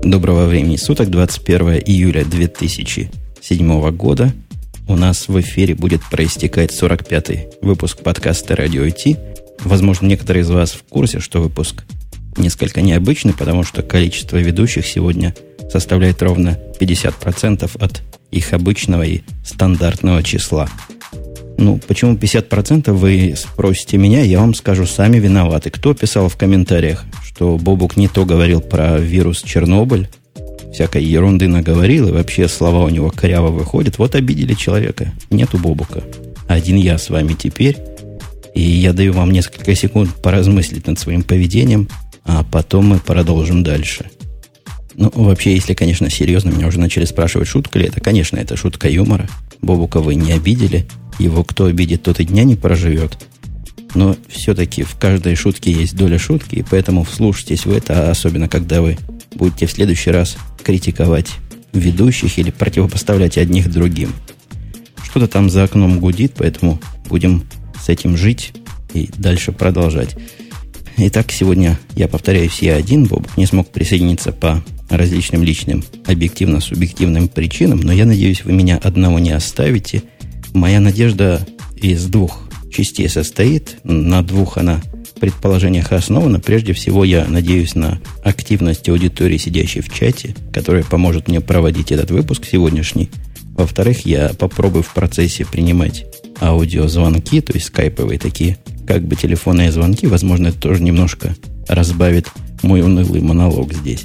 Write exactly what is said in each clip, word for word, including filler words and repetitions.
Доброго времени суток, двадцать первого июля две тысячи седьмого года. У нас в эфире будет проистекать сорок пятый выпуск подкаста «Радио ай ти». Возможно, некоторые из вас в курсе, что выпуск несколько необычный, потому что количество ведущих сегодня составляет ровно пятьдесят процентов от их обычного и стандартного числа. Ну, почему пятьдесят процентов, вы спросите меня, я вам скажу, сами виноваты. Кто писал в комментариях, что Бобук не то говорил про вирус Чернобыль, всякой ерунды наговорил, и вообще слова у него коряво выходят, вот обидели человека. Нету Бобука. Один я с вами теперь, и я даю вам несколько секунд поразмыслить над своим поведением, а потом мы продолжим дальше. Ну, вообще, если, конечно, серьезно, меня уже начали спрашивать, шутка ли это. Конечно, это шутка юмора. Бобука вы не обидели. Его кто обидит, тот и дня не проживет. Но все-таки в каждой шутке есть доля шутки, и поэтому вслушайтесь в это, особенно когда вы будете в следующий раз критиковать ведущих или противопоставлять одних другим. Что-то там за окном гудит, поэтому будем с этим жить и дальше продолжать. Итак, сегодня, я повторяюсь, я один, Бобук не смог присоединиться по различным личным, объективно-субъективным причинам, но я надеюсь, вы меня одного не оставите. Моя надежда из двух частей состоит. На двух она предположениях основана. Прежде всего, я надеюсь на активность аудитории, сидящей в чате, которая поможет мне проводить этот выпуск сегодняшний. Во-вторых, я попробую в процессе принимать аудиозвонки, то есть скайповые такие, как бы телефонные звонки. Возможно, это тоже немножко разбавит мой унылый монолог здесь.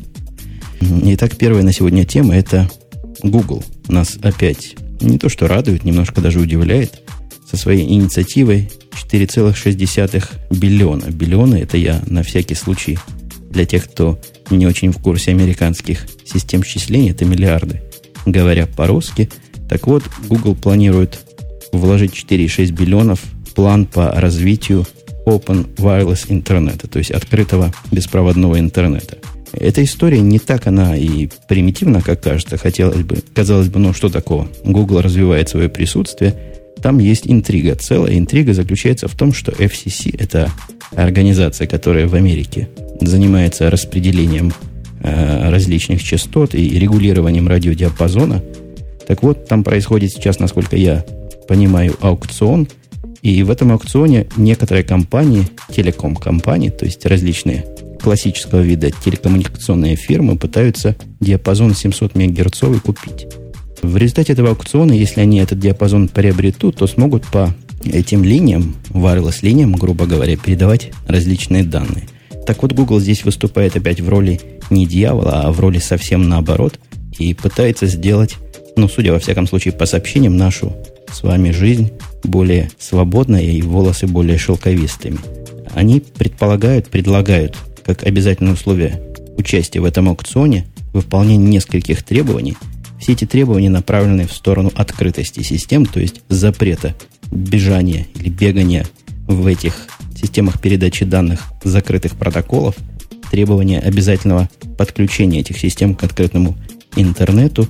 Итак, первая на сегодня тема – это Google. Нас опять не то что радует, немножко даже удивляет со своей инициативой четыре целых шесть десятых биллиона. Биллионы – это я на всякий случай для тех, кто не очень в курсе американских систем счисления, это миллиарды, говоря по-русски. Так вот, Google планирует вложить четыре целых шесть десятых биллионов в план по развитию Open Wireless интернета, то есть открытого беспроводного интернета. Эта история не так она и примитивна, как кажется. Хотелось бы, казалось бы, ну что такого? Google развивает свое присутствие. Там есть интрига. Целая интрига заключается в том, что эф си си – это организация, которая в Америке занимается распределением э, различных частот и регулированием радиодиапазона. Так вот, там происходит сейчас, насколько я понимаю, аукцион. И в этом аукционе некоторые компании, телеком-компании, то есть различные классического вида телекоммуникационные фирмы пытаются диапазон семьсот мегагерцовый купить. В результате этого аукциона, если они этот диапазон приобретут, то смогут по этим линиям, wireless-линиям, грубо говоря, передавать различные данные. Так вот, Google здесь выступает опять в роли не дьявола, а в роли совсем наоборот, и пытается сделать, ну, судя во всяком случае по сообщениям, нашу с вами жизнь более свободной и волосы более шелковистыми. Они предполагают, предлагают как обязательное условие участия в этом аукционе выполнение нескольких требований. Все эти требования направлены в сторону открытости систем, то есть запрета бежания или бегания в этих системах передачи данных закрытых протоколов, требования обязательного подключения этих систем к открытому интернету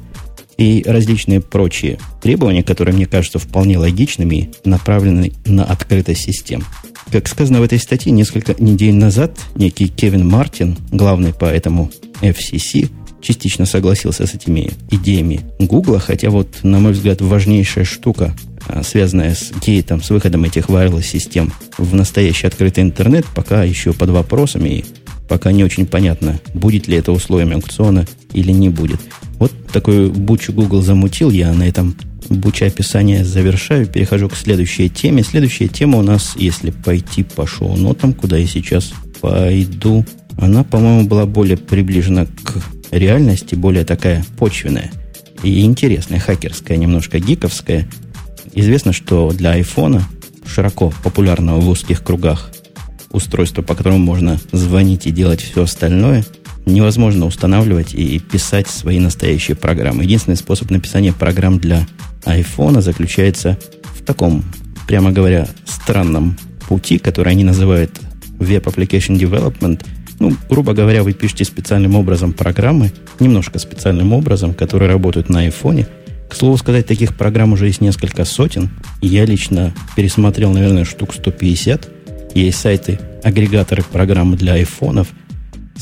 и различные прочие требования, которые, мне кажутся, вполне логичными и направлены на открытость систем. Как сказано в этой статье, несколько недель назад некий Кевин Мартин, главный по этому эф си си, частично согласился с этими идеями Гугла, хотя вот, на мой взгляд, важнейшая штука, связанная с гейтом, с выходом этих wireless-систем в настоящий открытый интернет, пока еще под вопросами, и пока не очень понятно, будет ли это условием аукциона или не будет. Вот такую бучу Google замутил, я на этом буча описания завершаю, перехожу к следующей теме. Следующая тема у нас, если пойти по шоу-нотам, куда я сейчас пойду, она, по-моему, была более приближена к реальности, более такая почвенная и интересная, хакерская, немножко гиковская. Известно, что для айфона, широко популярного в узких кругах устройства, по которому можно звонить и делать все остальное, невозможно устанавливать и писать свои настоящие программы. Единственный способ написания программ для айфона заключается в таком, прямо говоря, странном пути, который они называют Web Application Development. Ну, грубо говоря, вы пишете специальным образом программы, немножко специальным образом, которые работают на айфоне. К слову сказать, таких программ уже есть несколько сотен. Я лично пересмотрел, наверное, штук сто пятьдесят. Есть сайты, агрегаторы программ для айфонов,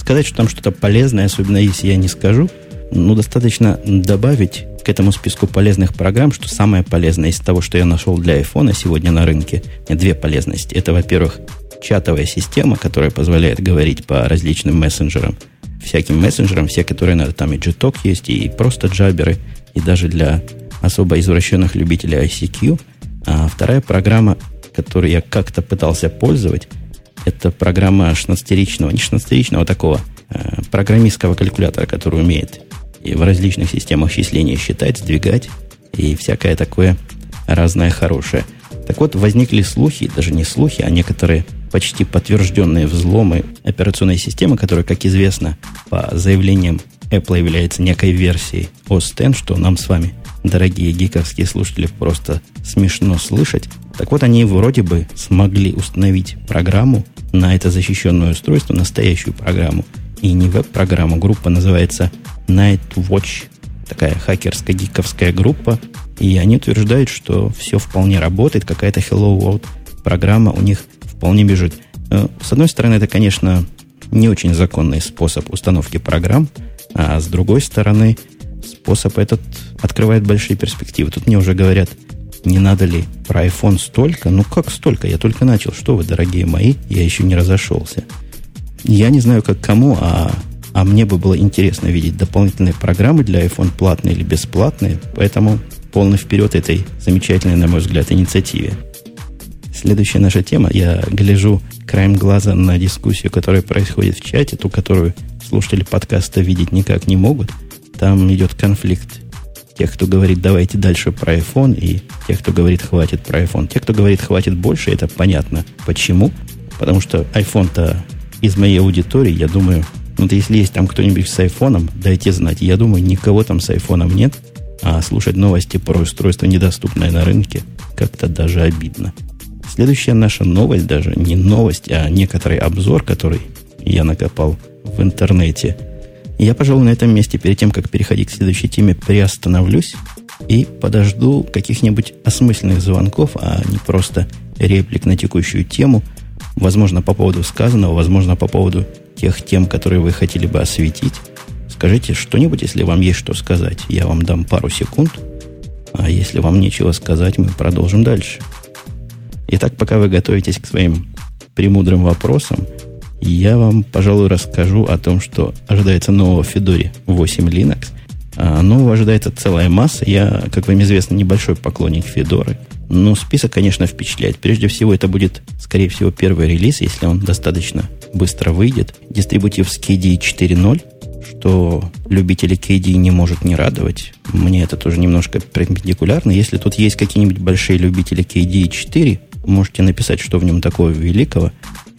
сказать, что там что-то полезное, особенно если я не скажу, ну, достаточно добавить к этому списку полезных программ, что самое полезное из того, что я нашел для айфона сегодня на рынке, нет, две полезности. Это, во-первых, чатовая система, которая позволяет говорить по различным мессенджерам, всяким мессенджерам, все, которые надо, там и джи-ток есть, и просто джаберы, и даже для особо извращенных любителей ай си кью. А вторая программа, которую я как-то пытался пользовать, это программа шестнадцатиричного, не шестнадцатиричного, а такого э, программистского калькулятора, который умеет и в различных системах счисления считать, сдвигать и всякое такое разное хорошее. Так вот, возникли слухи, даже не слухи, а некоторые почти подтвержденные взломы операционной системы, которая, как известно, по заявлениям Apple является некой версией о эс десять, что нам с вами, дорогие гиковские слушатели, просто смешно слышать. Так вот, они вроде бы смогли установить программу на это защищенное устройство, настоящую программу, и не веб-программу. Группа называется Nightwatch, такая хакерская гиковская группа, и они утверждают, что все вполне работает, какая-то Hello World программа у них вполне бежит. С одной стороны, это, конечно, не очень законный способ установки программ, а с другой стороны, способ этот открывает большие перспективы. Тут мне уже говорят, не надо ли про iPhone столько? Ну как столько? Я только начал. Что вы, дорогие мои, я еще не разошелся. Я не знаю, как кому, а, а мне бы было интересно видеть дополнительные программы для iPhone, платные или бесплатные. Поэтому полный вперед этой замечательной, на мой взгляд, инициативе. Следующая наша тема. Я гляжу краем глаза на дискуссию, которая происходит в чате, ту, которую слушатели подкаста видеть никак не могут. Там идет конфликт тех, кто говорит, давайте дальше про iPhone, и тех, кто говорит, хватит про iPhone. Те, кто говорит, хватит больше, это понятно. Почему? Потому что iPhone-то из моей аудитории, я думаю, ну, то если есть там кто-нибудь с айфоном, дайте знать. Я думаю, никого там с айфоном нет, а слушать новости про устройство, недоступное на рынке, как-то даже обидно. Следующая наша новость, даже не новость, а некоторый обзор, который я накопал в интернете. Я, пожалуй, на этом месте, перед тем, как переходить к следующей теме, приостановлюсь и подожду каких-нибудь осмысленных звонков, а не просто реплик на текущую тему. Возможно, по поводу сказанного, возможно, по поводу тех тем, которые вы хотели бы осветить. Скажите что-нибудь, если вам есть что сказать. Я вам дам пару секунд. А если вам нечего сказать, мы продолжим дальше. Итак, пока вы готовитесь к своим премудрым вопросам, я вам, пожалуй, расскажу о том, что ожидается нового в Fedora восемь Linux. А нового ожидается целая масса. Я, как вам известно, небольшой поклонник Fedora. Но список, конечно, впечатляет. Прежде всего, это будет, скорее всего, первый релиз, если он достаточно быстро выйдет. Дистрибутив с кей ди четыре ноль, что любители кей ди не может не радовать. Мне это тоже немножко перпендикулярно. Если тут есть какие-нибудь большие любители кей ди четыре, можете написать, что в нем такого великого.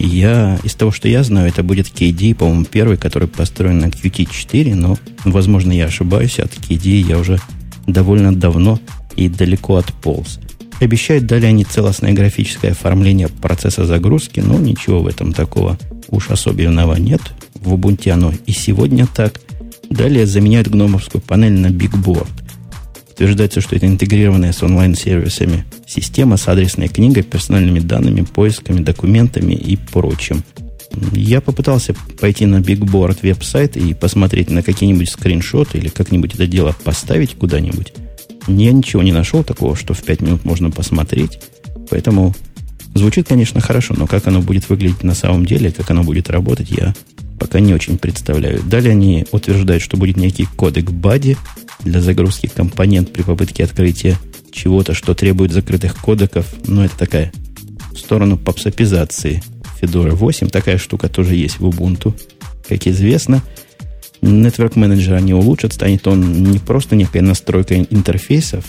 Я, из того, что я знаю, это будет кей ди, по-моему, первый, который построен на кью ти четыре, но, возможно, я ошибаюсь. От кей ди я уже довольно давно и далеко отполз. Обещают, дали они целостное графическое оформление процесса загрузки, но ничего в этом такого уж особенного нет. В Ubuntu оно и сегодня так. Далее заменяют гномовскую панель на Big Board. Утверждается, что это интегрированная с онлайн-сервисами система с адресной книгой, персональными данными, поисками, документами и прочим. Я попытался пойти на Big Board веб-сайт и посмотреть на какие-нибудь скриншоты или как-нибудь это дело поставить куда-нибудь. Я ничего не нашел такого, что в пять минут можно посмотреть. Поэтому звучит, конечно, хорошо, но как оно будет выглядеть на самом деле, как оно будет работать, я пока не очень представляю. Далее они утверждают, что будет некий кодек бади для загрузки компонент при попытке открытия чего-то, что требует закрытых кодеков. Но это такая в сторону попсапизации Fedora восемь. Такая штука тоже есть в Ubuntu. Как известно, Network Manager они улучшат. Станет он не просто некой настройкой интерфейсов,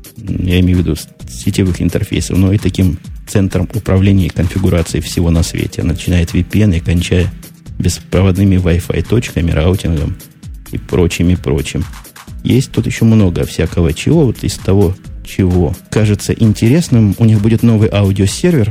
я имею в виду сетевых интерфейсов, но и таким центром управления и конфигурации всего на свете. Начиная от ви пи эн и кончая беспроводными Wi-Fi точками, раутингом и прочим-прочим. Есть тут еще много всякого чего. Вот из того, чего кажется интересным, у них будет новый аудиосервер,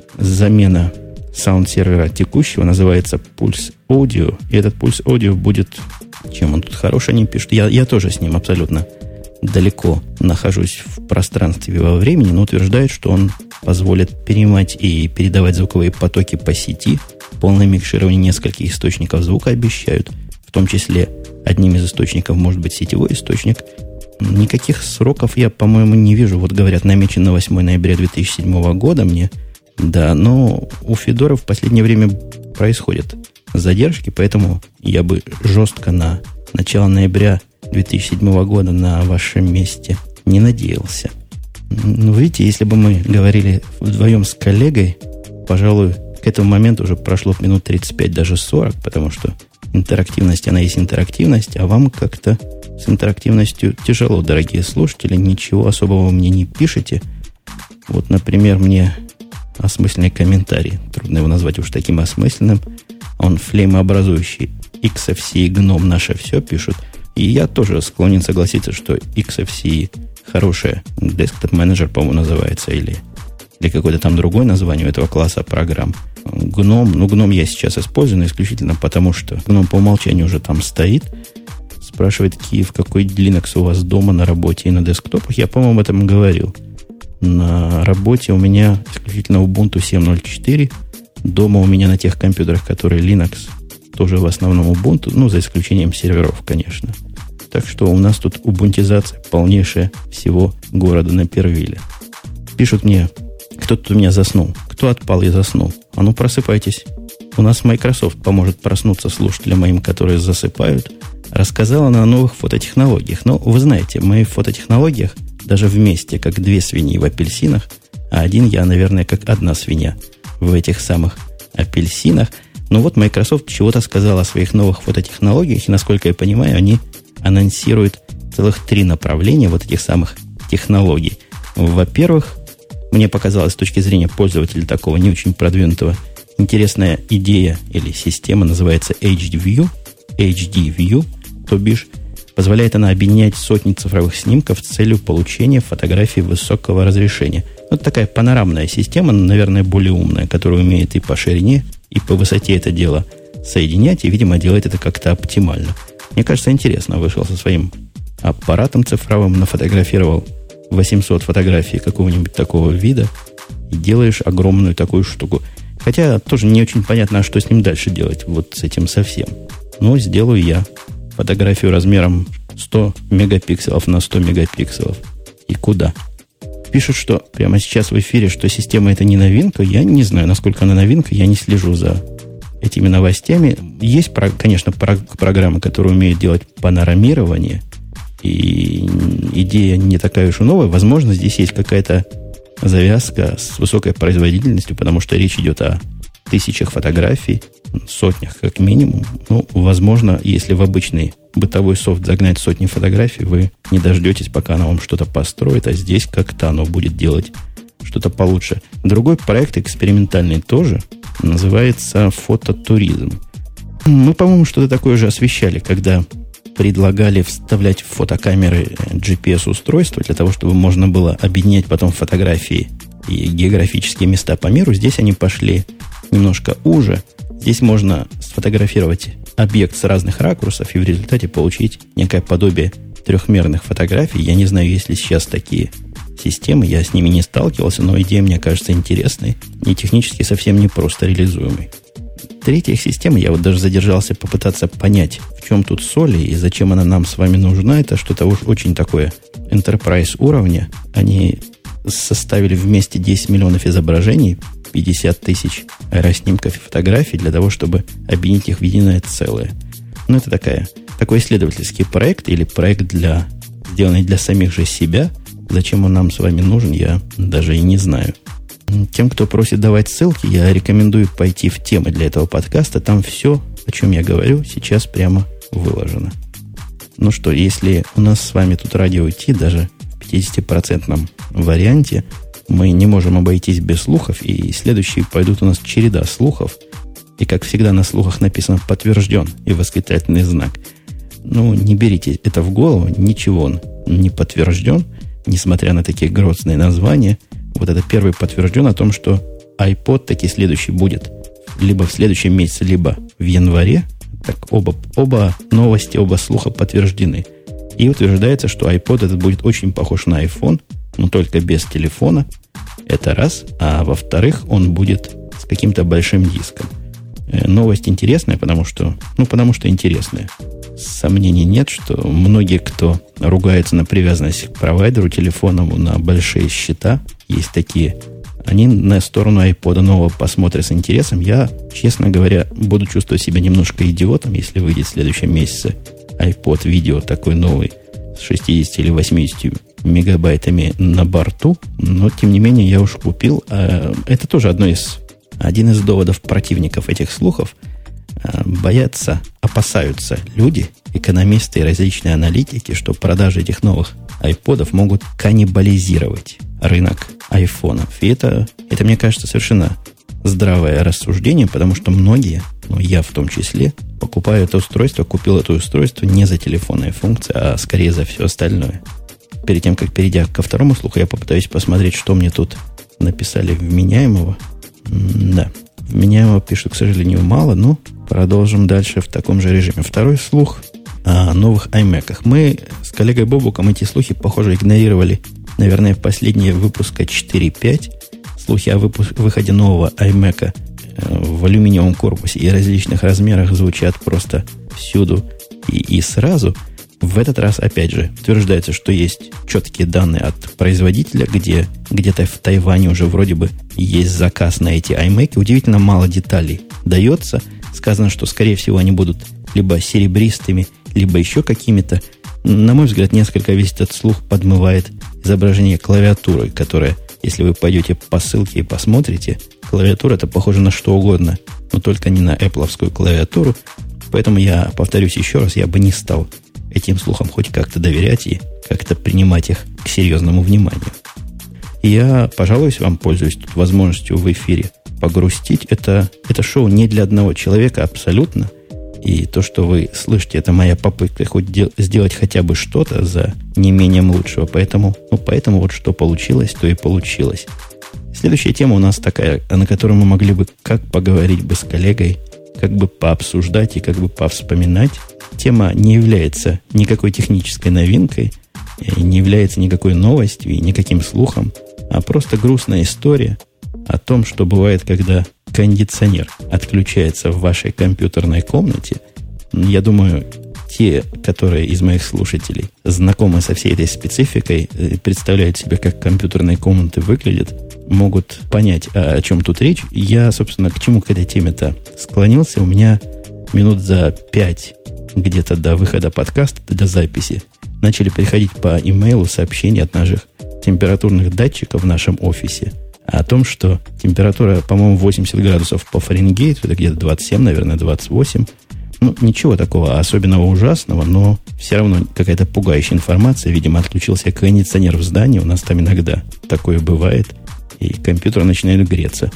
замена саунд-сервера текущего, называется Pulse Audio. И этот Pulse Audio будет... Чем он тут хорош, они пишут. Я, я тоже с ним абсолютно далеко нахожусь в пространстве и во времени, но утверждают, что он позволит перенимать и передавать звуковые потоки по сети. Полное микширование нескольких источников звука обещают. В том числе одним из источников может быть сетевой источник. Никаких сроков я, по-моему, не вижу. Вот говорят, намечен на восьмое ноября две тысячи седьмого года мне. Да, но у Федора в последнее время происходят задержки, поэтому я бы жестко на начало ноября две тысячи седьмого года на вашем месте не надеялся. Ну, видите, если бы мы говорили вдвоем с коллегой, пожалуй, к этому моменту уже прошло минут тридцать пять, даже сорок, потому что интерактивность, она есть интерактивность, а вам как-то с интерактивностью тяжело, дорогие слушатели, ничего особого мне не пишете. Вот, например, мне осмысленный комментарий, трудно его назвать уж таким осмысленным, он флеймообразующий, икс эф си и гном наше все пишут, и я тоже склонен согласиться, что икс эф си хорошая, десктоп-менеджер, по-моему, называется, или, или какое-то там другое название у этого класса программ. Гном, ну, гном я сейчас использую, но исключительно потому, что гном по умолчанию уже там стоит. Спрашивает Киев, какой Linux у вас дома на работе и на десктопах. Я, по-моему, об этом говорил. На работе у меня исключительно Ubuntu семь ноль четыре. Дома у меня на тех компьютерах, которые Linux, тоже в основном Ubuntu, ну, за исключением серверов, конечно. Так что у нас тут убунтизация полнейшая всего города на Первиле. Пишут мне, кто тут у меня заснул, кто отпал и заснул. А ну, просыпайтесь. У нас Microsoft поможет проснуться слушателям моим, которые засыпают. Рассказала она о новых фототехнологиях. Но вы знаете, мы в фототехнологиях даже вместе, как две свиньи в апельсинах, а один я, наверное, как одна свинья в этих самых апельсинах. Ну вот Microsoft чего-то сказала о своих новых фототехнологиях, и, насколько я понимаю, они анонсируют целых три направления вот этих самых технологий. Во-первых, мне показалось с точки зрения пользователя такого не очень продвинутого, интересная идея или система называется эйч ди View, эйч ди View, то бишь позволяет она объединять сотни цифровых снимков с целью получения фотографий высокого разрешения. Вот такая панорамная система, наверное, более умная, которая умеет и по ширине, и по высоте это дело соединять, и, видимо, делает это как-то оптимально. Мне кажется, интересно. Вышел со своим аппаратом цифровым, нафотографировал восемьсот фотографий какого-нибудь такого вида и делаешь огромную такую штуку. Хотя тоже не очень понятно, а что с ним дальше делать, вот с этим совсем. Но сделаю я фотографию размером сто мегапикселов на сто мегапикселов. И куда? Пишут, что прямо сейчас в эфире, что система это не новинка. Я не знаю, насколько она новинка, я не слежу за этими новостями. Есть, конечно, программы, которые умеют делать панорамирование, и идея не такая уж и новая. Возможно, здесь есть какая-то завязка с высокой производительностью, потому что речь идет о тысячах фотографий, сотнях как минимум. Ну, возможно, если в обычный бытовой софт загнать сотни фотографий, вы не дождетесь, пока она вам что-то построит, а здесь как-то оно будет делать что-то получше. Другой проект экспериментальный тоже называется «Фототуризм». Мы, по-моему, что-то такое же освещали, когда предлагали вставлять в фотокамеры джи пи эс-устройства для того, чтобы можно было объединять потом фотографии и географические места по миру. Здесь они пошли немножко уже. Здесь можно сфотографировать объект с разных ракурсов и в результате получить некое подобие трехмерных фотографий. Я не знаю, есть ли сейчас такие системы, я с ними не сталкивался, но идея мне кажется интересной и технически совсем не просто реализуемой. Третья система, я вот даже задержался попытаться понять, в чем тут соль и зачем она нам с вами нужна. Это что-то уж очень такое enterprise уровня. Они составили вместе десять миллионов изображений, пятьдесят тысяч аэроснимков и фотографий для того, чтобы объединить их в единое целое. Ну, это такая, такой исследовательский проект или проект, для, сделанный для самих же себя. Зачем он нам с вами нужен, я даже и не знаю. Тем, кто просит давать ссылки, я рекомендую пойти в темы для этого подкаста. Там все, о чем я говорю, сейчас прямо выложено. Ну что, если у нас с вами тут радио Ти, даже в пятидесятипроцентном варианте, мы не можем обойтись без слухов, и следующие пойдут у нас череда слухов. И, как всегда, на слухах написано «подтвержден» и восклицательный знак. Ну, не берите это в голову, ничего он не подтвержден, несмотря на такие грозные названия. Вот это первый подтвержден о том, что iPod таки следующий будет либо в следующем месяце, либо в январе. Так оба, оба новости, оба слуха подтверждены. И утверждается, что iPod этот будет очень похож на iPhone, но только без телефона. Это раз. А во-вторых, он будет с каким-то большим диском. Новость интересная, потому что, ну, потому что интересная. Сомнений нет, что многие, кто ругается на привязанность к провайдеру телефоновому, на большие счета, есть такие, они на сторону iPod нового посмотрят с интересом. Я, честно говоря, буду чувствовать себя немножко идиотом, если выйдет в следующем месяце iPod видео такой новый с шестьдесят или восемьдесят мегабайтами на борту. Но, тем не менее, я уж купил. Это тоже одно из, один из доводов противников этих слухов. Боятся, опасаются люди, экономисты и различные аналитики, что продажи этих новых айподов могут каннибализировать рынок айфонов. И это, это, мне кажется, совершенно здравое рассуждение, потому что многие, ну, я в том числе, покупаю это устройство, купил это устройство не за телефонные функции, а скорее за все остальное. Перед тем, как перейдя ко второму слуху, я попытаюсь посмотреть, что мне тут написали вменяемого. Да, вменяемого пишут, к сожалению, мало, но продолжим дальше в таком же режиме. Второй слух о новых iMac'ах. Мы с коллегой Бобуком эти слухи, похоже, игнорировали, наверное, в последние выпуска четыре пять. Слухи о выпуск, выходе нового iMac'а в алюминиевом корпусе и различных размерах звучат просто всюду и, и сразу. В этот раз, опять же, утверждается, что есть четкие данные от производителя, где где-то в Тайване уже вроде бы есть заказ на эти iMac'и. Удивительно мало деталей дается. Сказано, что, скорее всего, они будут либо серебристыми, либо еще какими-то. На мой взгляд, несколько весь этот слух подмывает изображение клавиатуры, которая, если вы пойдете по ссылке и посмотрите, клавиатура это похоже на что угодно, но только не на Apple'овскую клавиатуру. Поэтому я повторюсь еще раз, я бы не стал этим слухам хоть как-то доверять и как-то принимать их к серьезному вниманию. Я, пожалуюсь вам, пользуюсь тут возможностью в эфире погрустить. Это, это шоу не для одного человека абсолютно. И то, что вы слышите, это моя попытка хоть де- сделать хотя бы что-то за неимением лучшего. Поэтому, ну, поэтому вот что получилось, то и получилось. Следующая тема у нас такая, на которую мы могли бы как поговорить бы с коллегой, как бы пообсуждать и как бы повспоминать. Тема не является никакой технической новинкой, не является никакой новостью и никаким слухом, а просто грустная история о том, что бывает, когда кондиционер отключается в вашей компьютерной комнате. Я думаю, те, которые из моих слушателей знакомы со всей этой спецификой, представляют себе, как компьютерные комнаты выглядят, могут понять, о чем тут речь. Я, собственно, к чему к этой теме-то склонился. У меня минут за пять где-то до выхода подкаста, до записи, начали приходить по имейлу сообщения от наших температурных датчиков в нашем офисе о том, что температура, по-моему, восемьдесят градусов по Фаренгейту, это где-то двадцать семь, наверное, двадцать восемь. Ну, ничего такого особенного ужасного, но все равно какая-то пугающая информация. Видимо, отключился кондиционер в здании. У нас там иногда такое бывает. И компьютер начинает греться.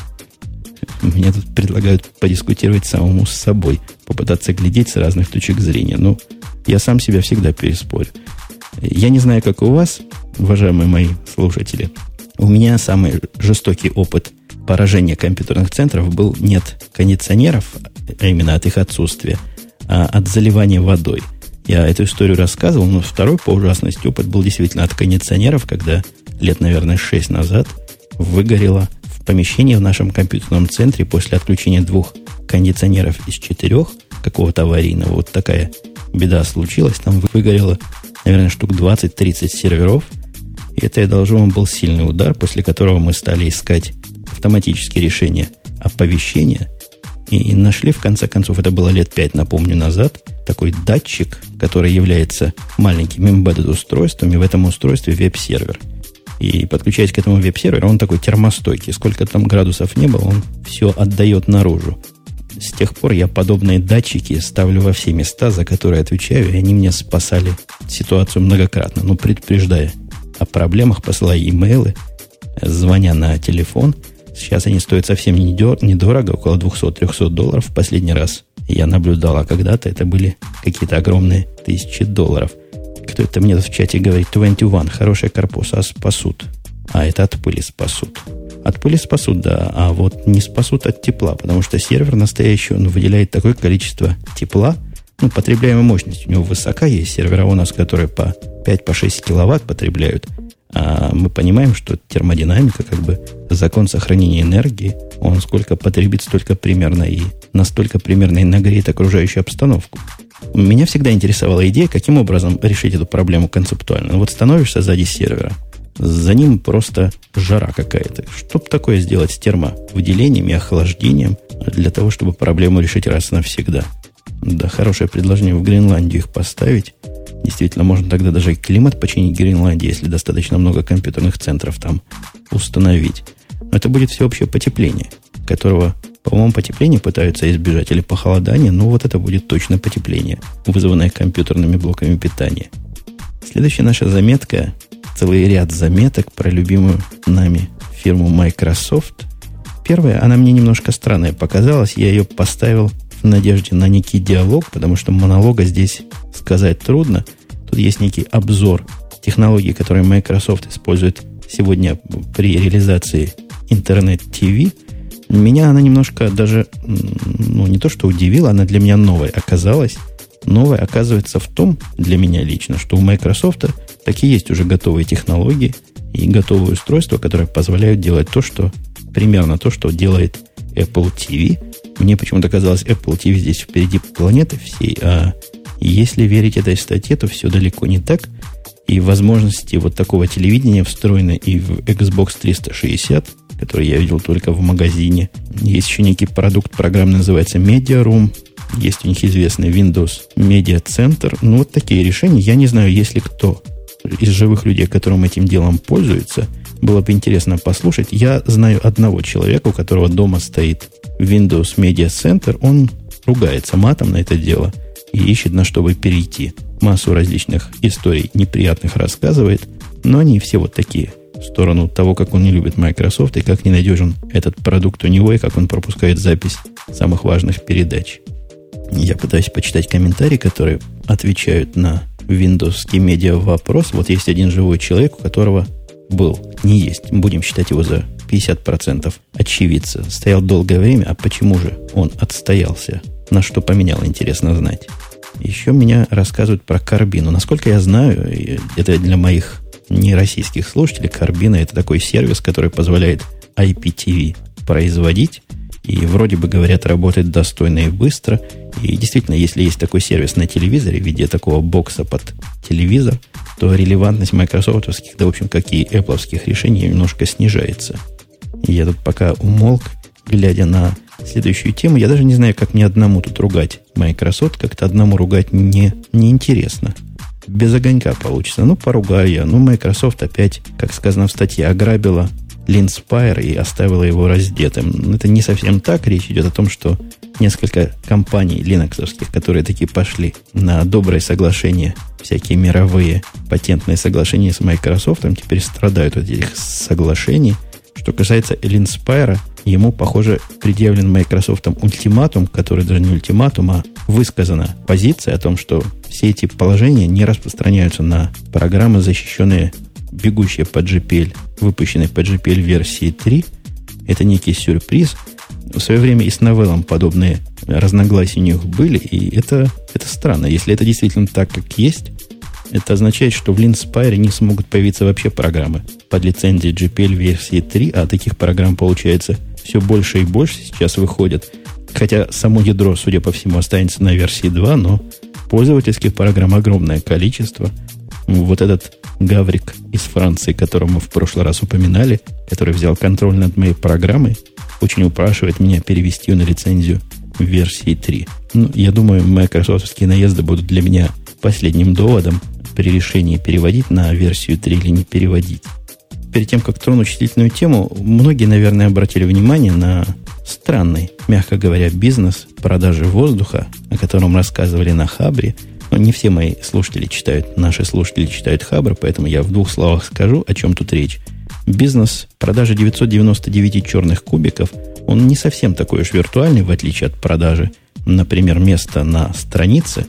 Мне тут предлагают подискутировать самому с собой, попытаться глядеть с разных точек зрения. Ну, я сам себя всегда переспорю. Я не знаю, как у вас, уважаемые мои слушатели. У меня самый жестокий опыт поражения компьютерных центров был не от кондиционеров, а именно от их отсутствия, а от заливания водой. Я эту историю рассказывал, но второй по ужасности опыт был действительно от кондиционеров, когда лет, наверное, шесть назад выгорело в помещении в нашем компьютерном центре после отключения двух кондиционеров из четырех какого-то аварийного. Вот такая беда случилась. Там выгорело, наверное, штук двадцать-тридцать серверов. И это, я должен вам, был сильный удар, после которого мы стали искать автоматические решения оповещения. И нашли, в конце концов, это было лет пять, напомню, назад, такой датчик, который является маленьким embedded устройством, и в этом устройстве веб-сервер. И подключаясь к этому веб-серверу, он такой термостойкий. Сколько там градусов не было, он все отдает наружу. С тех пор я подобные датчики ставлю во все места, за которые отвечаю, и они мне спасали ситуацию многократно. Ну, предупреждая о проблемах, посылая имейлы, звоня на телефон. Сейчас они стоят совсем недорого, около двести-триста долларов. В последний раз я наблюдал, а когда-то это были какие-то огромные тысячи долларов. Кто это мне в чате говорит? двадцать один, хорошие корпуса спасут. А это от пыли спасут. От пыли спасут, да, а вот не спасут от тепла, потому что сервер настоящий, он выделяет такое количество тепла, Ну, потребляемая мощность у него высока. Есть сервера у нас, которые по пять-шесть киловатт потребляют. А мы понимаем, что термодинамика, как бы закон сохранения энергии, он сколько потребит, столько примерно и настолько примерно и нагреет окружающую обстановку. Меня всегда интересовала идея, каким образом решить эту проблему концептуально. Ну, вот становишься сзади сервера, за ним просто жара какая-то. Что такое сделать с термовыделением и охлаждением для того, чтобы проблему решить раз и навсегда? Да, хорошее предложение в Гренландию их поставить. Действительно, можно тогда даже и климат починить в Гренландии, если достаточно много компьютерных центров там установить. Но это будет всеобщее потепление, которого, по-моему, потепление пытаются избежать, или похолодание, но вот это будет точно потепление, вызванное компьютерными блоками питания. Следующая наша заметка, целый ряд заметок про любимую нами фирму Microsoft. Первая, она мне немножко странная показалась, я ее поставил в надежде на некий диалог, потому что монолога здесь сказать трудно. Тут есть некий обзор технологий, которые Microsoft использует сегодня при реализации интернет-ТВ. Меня она немножко даже, ну, не то что удивила, она для меня новой оказалась. Новая оказывается в том, для меня лично, что у Microsoft такие есть уже готовые технологии и готовые устройства, которые позволяют делать то, что примерно то, что делает Apple ти ви. Мне почему-то казалось, Apple ти ви здесь впереди планеты всей, а если верить этой статье, то все далеко не так. И возможности вот такого телевидения встроены и в Xbox триста шестьдесят, который я видел только в магазине. Есть еще некий продукт программный, называется Media Room. Есть у них известный Windows Media Center. Ну, вот такие решения. Я не знаю, если кто из живых людей, которым этим делом пользуется, было бы интересно послушать. Я знаю одного человека, у которого дома стоит Windows Media Center. Он ругается матом на это дело и ищет, на что бы перейти. Массу различных историй неприятных рассказывает, но они все вот такие. В сторону того, как он не любит Microsoft и как ненадежен этот продукт у него, и как он пропускает запись самых важных передач. Я пытаюсь почитать комментарии, которые отвечают на Windows-ский медиа вопрос. Вот есть один живой человек, у которого был, не есть, будем считать его за пятьдесят процентов очевидца. Стоял долгое время, а почему же он отстоялся? На что поменял, интересно знать. Еще меня рассказывают про Карбину. Насколько я знаю, это для моих нероссийских слушателей, Карбина — это такой сервис, который позволяет ай пи ти ви производить. И вроде бы, говорят, работает достойно и быстро. И действительно, если есть такой сервис на телевизоре в виде такого бокса под телевизор, то релевантность майкрософтовских, да, в общем, как и эппловских решений немножко снижается. И я тут пока умолк, глядя на следующую тему. Я даже не знаю, как мне одному тут ругать Microsoft. Как-то одному ругать не, неинтересно. Без огонька получится. Ну, поругаю я. Ну, Microsoft опять, как сказано в статье, ограбила Linspire и оставила его раздетым. Это не совсем так. Речь идет о том, что несколько компаний линоксовских, которые такие пошли на добрые соглашения, всякие мировые патентные соглашения с Microsoft, теперь страдают от этих соглашений. Что касается Linspire, ему, похоже, предъявлен Microsoft ультиматум, который даже не ультиматум, а высказана позиция о том, что все эти положения не распространяются на программы, защищенные, бегущие по джи пи эл, выпущенные по джи пи эл версии три. Это некий сюрприз. В свое время и с новеллом подобные разногласия у них были, и это, это странно. Если это действительно так, как есть, это означает, что в Linspire не смогут появиться вообще программы под лицензией джи пи эл версии три, а таких программ, получается, все больше и больше сейчас выходят. Хотя само ядро, судя по всему, останется на версии два, но пользовательских программ огромное количество. Вот этот гаврик из Франции, которого мы в прошлый раз упоминали, который взял контроль над моей программой, очень упрашивает меня перевести ее на лицензию в версии три. Ну, я думаю, майкрософтовские наезды будут для меня последним доводом при решении переводить на версию три или не переводить. Перед тем, как тронуть чувствительную тему, многие, наверное, обратили внимание на странный, мягко говоря, бизнес продажи воздуха, о котором рассказывали на Хабре. Но не все мои слушатели читают, наши слушатели читают Хабр, поэтому я в двух словах скажу, о чем тут речь. Бизнес продажи девятьсот девяносто девять черных кубиков, он не совсем такой уж виртуальный, в отличие от продажи, например, места на странице,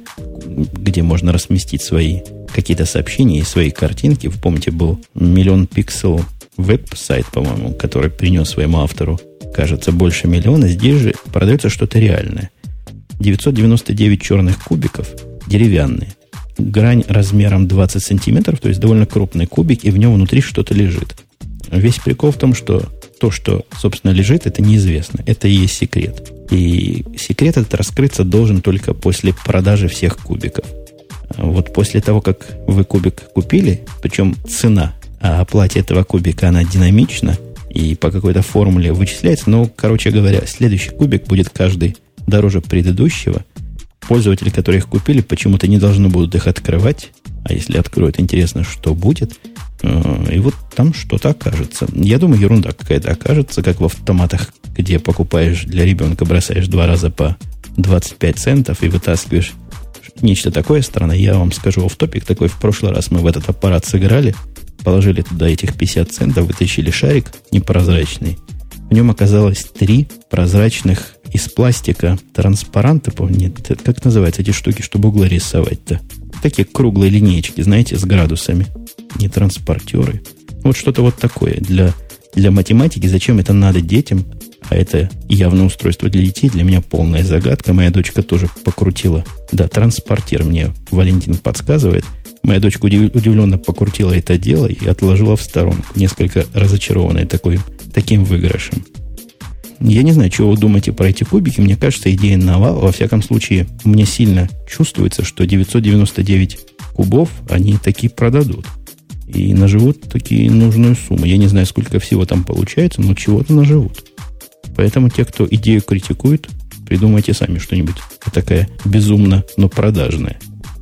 где можно разместить свои какие-то сообщения и свои картинки. Вы помните, был миллион пиксел веб-сайт, по-моему, который принес своему автору, кажется, больше миллиона. Здесь же продается что-то реальное. девятьсот девяносто девять черных кубиков, деревянные. Грань размером двадцать сантиметров, то есть довольно крупный кубик, и в нем внутри что-то лежит. Весь прикол в том, что то, что, собственно, лежит, это неизвестно. Это и есть секрет. И секрет этот раскрыться должен только после продажи всех кубиков. Вот после того, как вы кубик купили, причем цена о оплате этого кубика, она динамична и по какой-то формуле вычисляется. Но, короче говоря, следующий кубик будет каждый дороже предыдущего. Пользователи, которые их купили, почему-то не должны будут их открывать. А если откроют, интересно, что будет. И вот там что-то окажется. Я думаю, ерунда какая-то окажется, как в автоматах, где покупаешь для ребенка, бросаешь два раза по двадцать пять центов и вытаскиваешь нечто такое странное. Я вам скажу офф-топик такой. В прошлый раз мы в этот аппарат сыграли, положили туда этих пятьдесят центов, вытащили шарик непрозрачный. В нем оказалось три прозрачных из пластика транспаранта. Нет, как называются эти штуки, чтобы углы рисовать-то? Такие круглые линеечки, знаете, с градусами. Не транспортеры. Вот что-то вот такое. Для, для математики зачем это надо детям? А это явно устройство для детей. Для меня полная загадка. Моя дочка тоже покрутила. Да, транспортер мне Валентин подсказывает. Моя дочка удив, удивленно покрутила это дело и отложила в сторонку. Несколько разочарованная такой, таким выигрышем. Я не знаю, чего вы думаете про эти кубики. Мне кажется, идея нова. Во всяком случае, мне сильно чувствуется, что девятьсот девяносто девять кубов они таки продадут. И наживут такие нужную сумму. Я не знаю, сколько всего там получается, но чего-то наживут. Поэтому те, кто идею критикует, придумайте сами что-нибудь такое безумно, но продажное.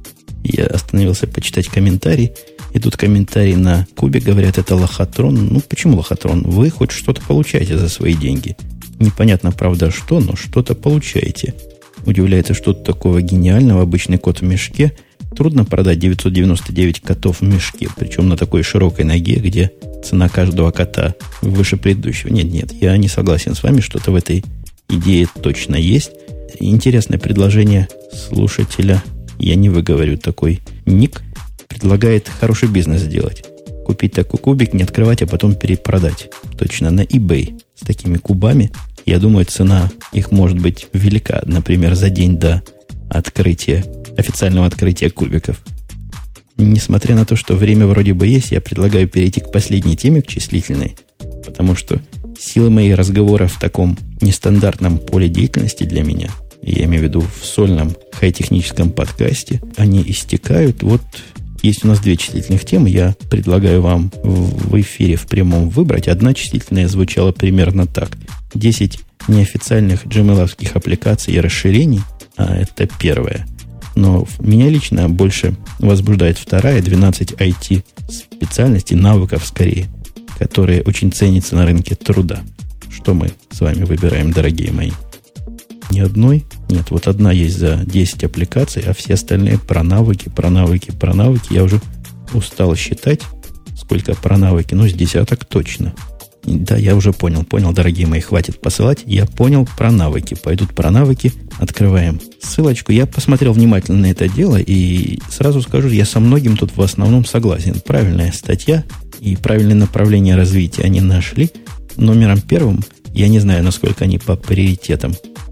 Я остановился почитать комментарий. И тут комментарий на кубе говорят, это лохотрон. Ну, почему лохотрон? Вы хоть что-то получаете за свои деньги. Непонятно, правда, что, но что-то получаете. Удивляется, что-то такого гениального. Обычный кот в мешке. Трудно продать девятьсот девяносто девять котов в мешке. Причем на такой широкой ноге, где цена каждого кота выше предыдущего. Нет, нет, я не согласен с вами. Что-то в этой идее точно есть. Интересное предложение слушателя. Я не выговорю такой ник. Предлагает хороший бизнес сделать. Купить такой кубик, не открывать, а потом перепродать. Точно, на eBay. С такими кубами. Я думаю, цена их может быть велика. Например, за день до открытия, официального открытия кубиков. Несмотря на то, что время вроде бы есть, я предлагаю перейти к последней теме, к числительной. Потому что силы моих разговоров в таком нестандартном поле деятельности для меня, я имею в виду в сольном хай-техническом подкасте, они истекают. Вот есть у нас две числительных темы. Я предлагаю вам в эфире в прямом выбрать. Одна числительная звучала примерно так. десять неофициальных джемеловских аппликаций и расширений. А это первая. Но меня лично больше возбуждает вторая. двенадцать ай ти специальностей, навыков скорее, которые очень ценятся на рынке труда. Что мы с вами выбираем, дорогие мои? Ни одной? Нет, вот одна есть за десять аппликаций, а все остальные про навыки, про навыки, про навыки. Я уже устал считать, сколько про навыки. Ну, с десяток точно. Да, я уже понял, понял, дорогие мои, хватит посылать. Я понял про навыки. Пойдут про навыки. Открываем ссылочку. Я посмотрел внимательно на это дело и сразу скажу, я со многим тут в основном согласен. Правильная статья и правильное направление развития они нашли. Номером первым, я не знаю, насколько они по приоритетам.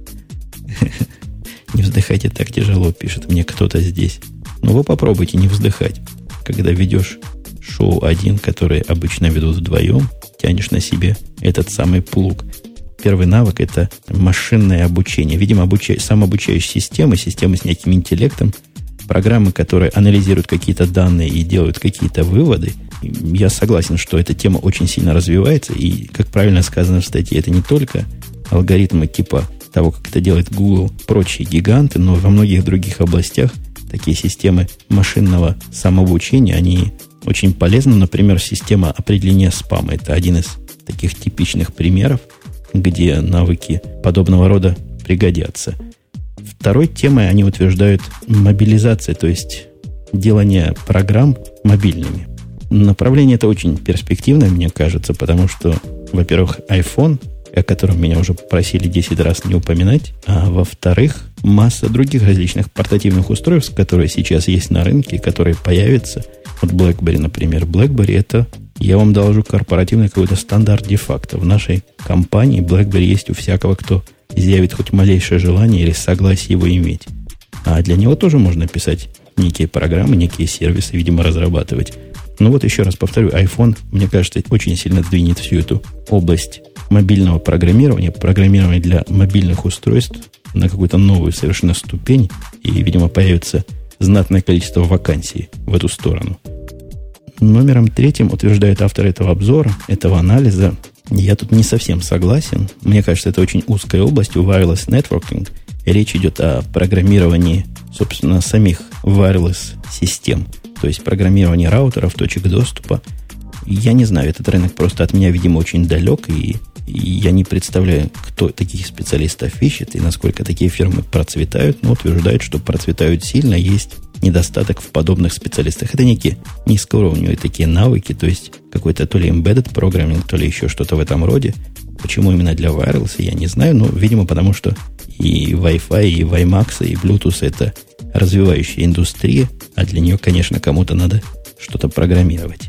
Не вздыхайте, так тяжело, пишет мне кто-то здесь. Но вы попробуйте не вздыхать, когда ведешь шоу один, которые обычно ведут вдвоем, тянешь на себе этот самый плуг. Первый навык – это машинное обучение. Видимо, обуча... самообучающие системы, системы с неким интеллектом, программы, которые анализируют какие-то данные и делают какие-то выводы. Я согласен, что эта тема очень сильно развивается, и, как правильно сказано в статье, это не только алгоритмы типа того, как это делает Google, прочие гиганты, но во многих других областях такие системы машинного самообучения, они очень полезны. Например, система определения спама. Это один из таких типичных примеров, где навыки подобного рода пригодятся. Второй темой они утверждают мобилизация, то есть делание программ мобильными. Направление это очень перспективное, мне кажется, потому что, во-первых, iPhone, о котором меня уже просили десять раз не упоминать, а во-вторых, масса других различных портативных устройств, которые сейчас есть на рынке, которые появятся. Вот BlackBerry, например. BlackBerry это, я вам доложу, корпоративный какой-то стандарт де-факто. В нашей компании BlackBerry есть у всякого, кто изъявит хоть малейшее желание или согласие его иметь. А для него тоже можно писать некие программы, некие сервисы, видимо, разрабатывать. Ну вот еще раз повторю, iPhone, мне кажется, очень сильно сдвинет всю эту область мобильного программирования, программирования для мобильных устройств на какую-то новую совершенно ступень, и, видимо, появится знатное количество вакансий в эту сторону. Номером третьим утверждает автор этого обзора, этого анализа. Я тут не совсем согласен. Мне кажется, это очень узкая область у wireless networking. И речь идет о программировании, собственно, самих wireless систем. То есть программирование раутеров, точек доступа. Я не знаю, этот рынок просто от меня, видимо, очень далек, и, и я не представляю, кто таких специалистов ищет и насколько такие фирмы процветают, но утверждают, что процветают сильно, есть недостаток в подобных специалистах. Это некие низкоуровневые такие навыки, то есть какой-то то ли embedded programming, то ли еще что-то в этом роде. Почему именно для wireless, я не знаю, но, видимо, потому что и Wi-Fi, и WiMAX, и Bluetooth — это развивающая индустрия, а для нее, конечно, кому-то надо что-то программировать.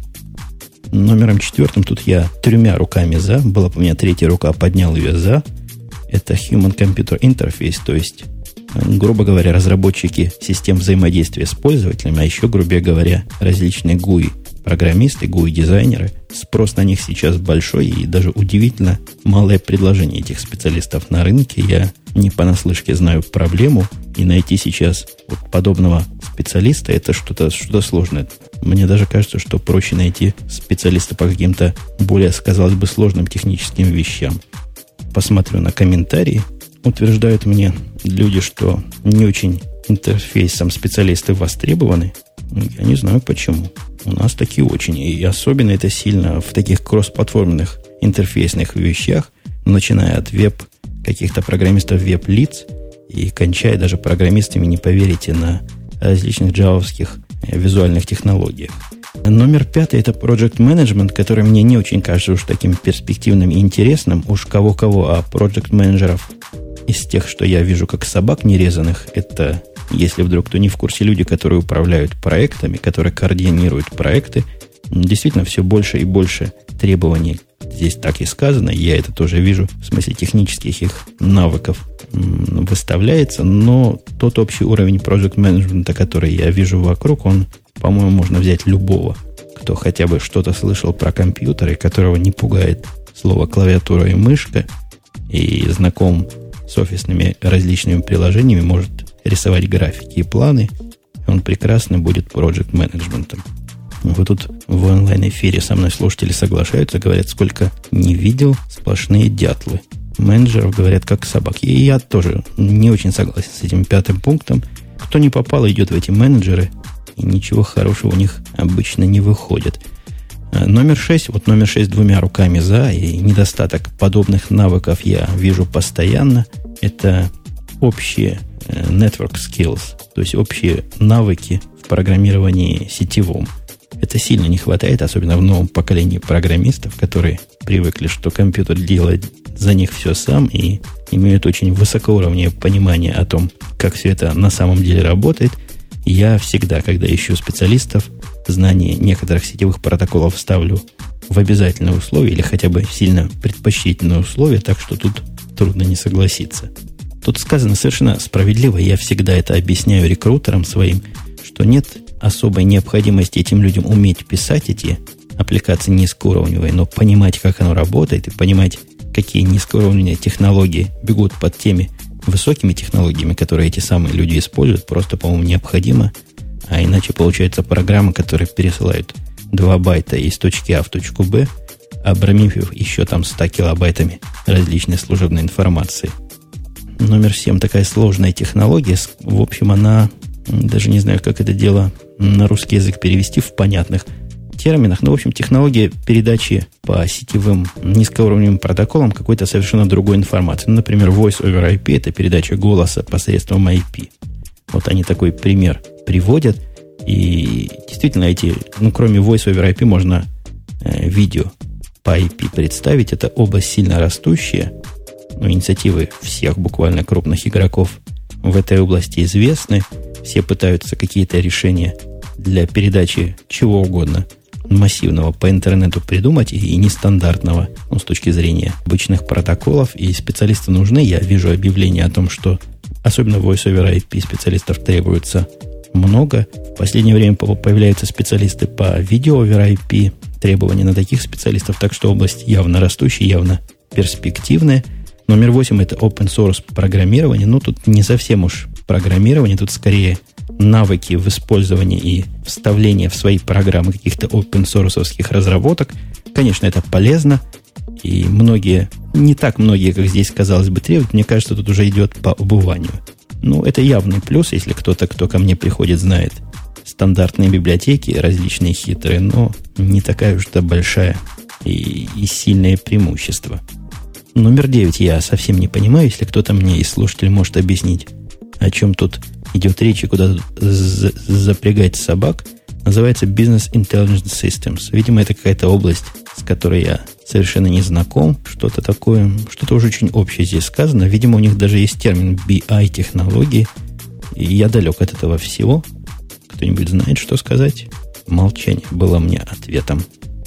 Номером четвертым тут я тремя руками за, была бы у меня третья рука, поднял ее за. Это Human Computer Interface, то есть, грубо говоря, разработчики систем взаимодействия с пользователями, а еще, грубее говоря, различные гуи, программисты, гуи-дизайнеры. Спрос на них сейчас большой, и даже удивительно малое предложение этих специалистов на рынке. Я не понаслышке знаю проблему, и найти сейчас вот подобного специалиста — это что-то, что-то сложное. Мне даже кажется, что проще найти специалиста по каким-то более, казалось бы, сложным техническим вещам. Посмотрю на комментарии. Утверждают мне люди, что не очень интерфейсом специалисты востребованы. Я не знаю почему. У нас такие очень. И особенно это сильно в таких кроссплатформенных интерфейсных вещах, начиная от веб, каких-то программистов веб-лиц и кончая даже программистами, не поверите, на различных джавовских визуальных технологиях. Номер пятый — это Project Management, который мне не очень кажется уж таким перспективным и интересным. Уж кого-кого, а Project менеджеров из тех, что я вижу как собак нерезанных, это, если вдруг кто не в курсе, люди, которые управляют проектами, которые координируют проекты. Действительно, все больше и больше требований. Здесь так и сказано, я это тоже вижу, в смысле технических их навыков выставляется, но тот общий уровень project management, который я вижу вокруг, он, по-моему, можно взять любого, кто хотя бы что-то слышал про компьютеры, которого не пугает слово клавиатура и мышка, и знаком с офисными различными приложениями, может рисовать графики и планы, он прекрасно будет project менеджментом. Вот тут в онлайн-эфире со мной слушатели соглашаются, говорят, сколько не видел, сплошные дятлы. Менеджеров говорят, как собаки. И я тоже не очень согласен с этим пятым пунктом. Кто не попал, идет в эти менеджеры, и ничего хорошего у них обычно не выходит. Номер шесть, вот номер шесть двумя руками за, и недостаток подобных навыков я вижу постоянно. Это общие network skills, то есть общие навыки в программировании сетевом. Это сильно не хватает, особенно в новом поколении программистов, которые привыкли, что компьютер делает за них все сам и имеют очень высокоуровневое понимание о том, как все это на самом деле работает. Я всегда, когда ищу специалистов, знание некоторых сетевых протоколов ставлю в обязательные условия или хотя бы сильно предпочтительные условия, так что тут трудно не согласиться. Тут сказано совершенно справедливо, я всегда это объясняю рекрутерам своим, что нет особой необходимости этим людям уметь писать эти аппликации низкоуровневые, но понимать, как оно работает, и понимать, какие низкоуровневые технологии бегут под теми высокими технологиями, которые эти самые люди используют, просто, по-моему, необходимо. А иначе получается программа, которая пересылает два байта из точки А в точку Б, обрамив еще там ста килобайтами различной служебной информации. Номер семь. Такая сложная технология. В общем, она, даже не знаю, как это дело на русский язык перевести в понятных терминах. Но, в общем, технология передачи по сетевым низкоуровневым протоколам какой-то совершенно другой информации. Ну, например, Voice over ай пи – это передача голоса посредством ай пи. Вот они такой пример приводят. И действительно, эти, ну, кроме Voice over ай пи, можно э, видео по ай пи представить. Это область сильно растущая. Ну, инициативы всех буквально крупных игроков в этой области известны. Все пытаются какие-то решения для передачи чего угодно массивного по интернету придумать и нестандартного, ну, с точки зрения обычных протоколов. И специалисты нужны. Я вижу объявления о том, что особенно в Voice over ай пи специалистов требуется много. В последнее время появляются специалисты по видео over ай пи, требования на таких специалистов, так что область явно растущая, явно перспективная. Номер восемь – это open source программирование. Ну, тут не совсем уж программирование, тут скорее навыки в использовании и вставлении в свои программы каких-то open-source разработок. Конечно, это полезно, и многие, не так многие, как здесь, казалось бы, требуют. Мне кажется, тут уже идет по убыванию. Ну, это явный плюс, если кто-то, кто ко мне приходит, знает стандартные библиотеки, различные хитрые, но не такая уж это большая и, и сильное преимущество. Номер девять я совсем не понимаю, если кто-то мне из слушателей может объяснить, о чем тут идет речь и куда тут запрягать собак. Называется Business Intelligence Systems. Видимо, это какая-то область, с которой я совершенно не знаком. Что-то такое, что-то уже очень общее здесь сказано. Видимо, у них даже есть термин би ай-технологии. И я далек от этого всего. Кто-нибудь знает, что сказать? Молчание было мне ответом.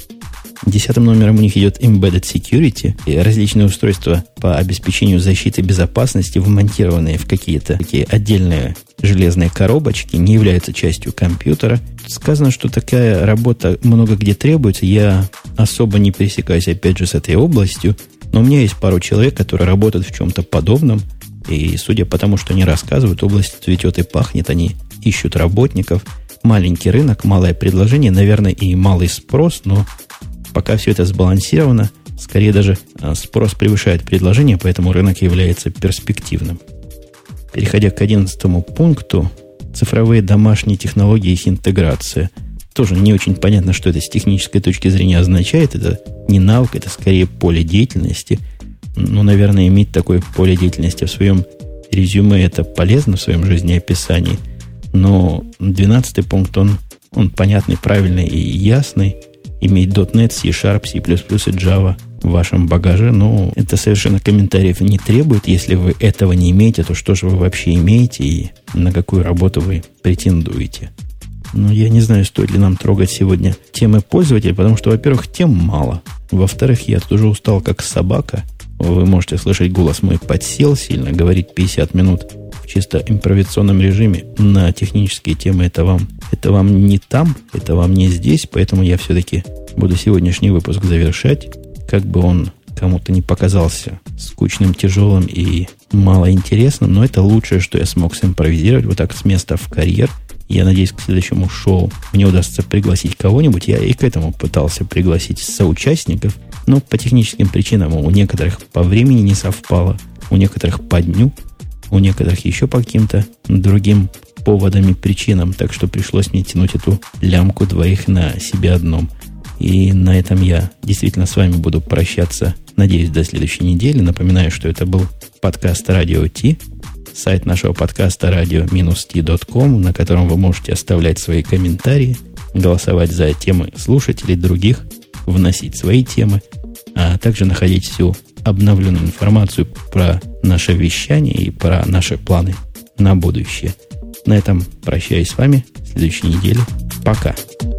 Десятым номером у них идет Embedded Security, и различные устройства по обеспечению защиты безопасности, вмонтированные в какие-то такие отдельные железные коробочки, не являются частью компьютера. Сказано, что такая работа много где требуется. Я особо не пересекаюсь, опять же, с этой областью, но у меня есть пару человек, которые работают в чем-то подобном, и судя по тому, что они рассказывают, область цветет и пахнет, они ищут работников. Маленький рынок, малое предложение, наверное, и малый спрос, но пока все это сбалансировано, скорее даже спрос превышает предложение, поэтому рынок является перспективным. Переходя к одиннадцатому пункту, цифровые домашние технологии и их интеграция. Тоже не очень понятно, что это с технической точки зрения означает. Это не навык, это скорее поле деятельности. Ну, наверное, иметь такое поле деятельности в своем резюме это полезно, в своем жизнеописании. Но двенадцатый пункт, он, он понятный, правильный и ясный. Иметь .дот нет, C-Sharp, C++ и Java в вашем багаже, ну, это совершенно комментариев не требует. Если вы этого не имеете, то что же вы вообще имеете и на какую работу вы претендуете? Ну, я не знаю, стоит ли нам трогать сегодня темы пользователей, потому что, во-первых, тем мало. Во-вторых, я тут уже устал как собака. Вы можете слышать, голос мой подсел сильно, говорить пятьдесят минут в чисто импровизационном режиме на технические темы. Это вам, это вам не там, это вам не здесь, поэтому я все-таки буду сегодняшний выпуск завершать, как бы он кому-то не показался скучным, тяжелым и малоинтересным, но это лучшее, что я смог симпровизировать вот так с места в карьер. Я надеюсь, к следующему шоу мне удастся пригласить кого-нибудь. Я и к этому пытался пригласить соучастников, но по техническим причинам у некоторых по времени не совпало, у некоторых по дню, у некоторых еще по каким-то другим поводам и причинам. Так что пришлось мне тянуть эту лямку двоих на себе одном. И на этом я действительно с вами буду прощаться, надеюсь, до следующей недели. Напоминаю, что это был подкаст Радио Ти, сайт нашего подкаста радио ти точка ком, на котором вы можете оставлять свои комментарии, голосовать за темы слушателей других, вносить свои темы, а также находить всю обновленную информацию про наше вещание и про наши планы на будущее. На этом прощаюсь с вами. В следующей неделе. Пока.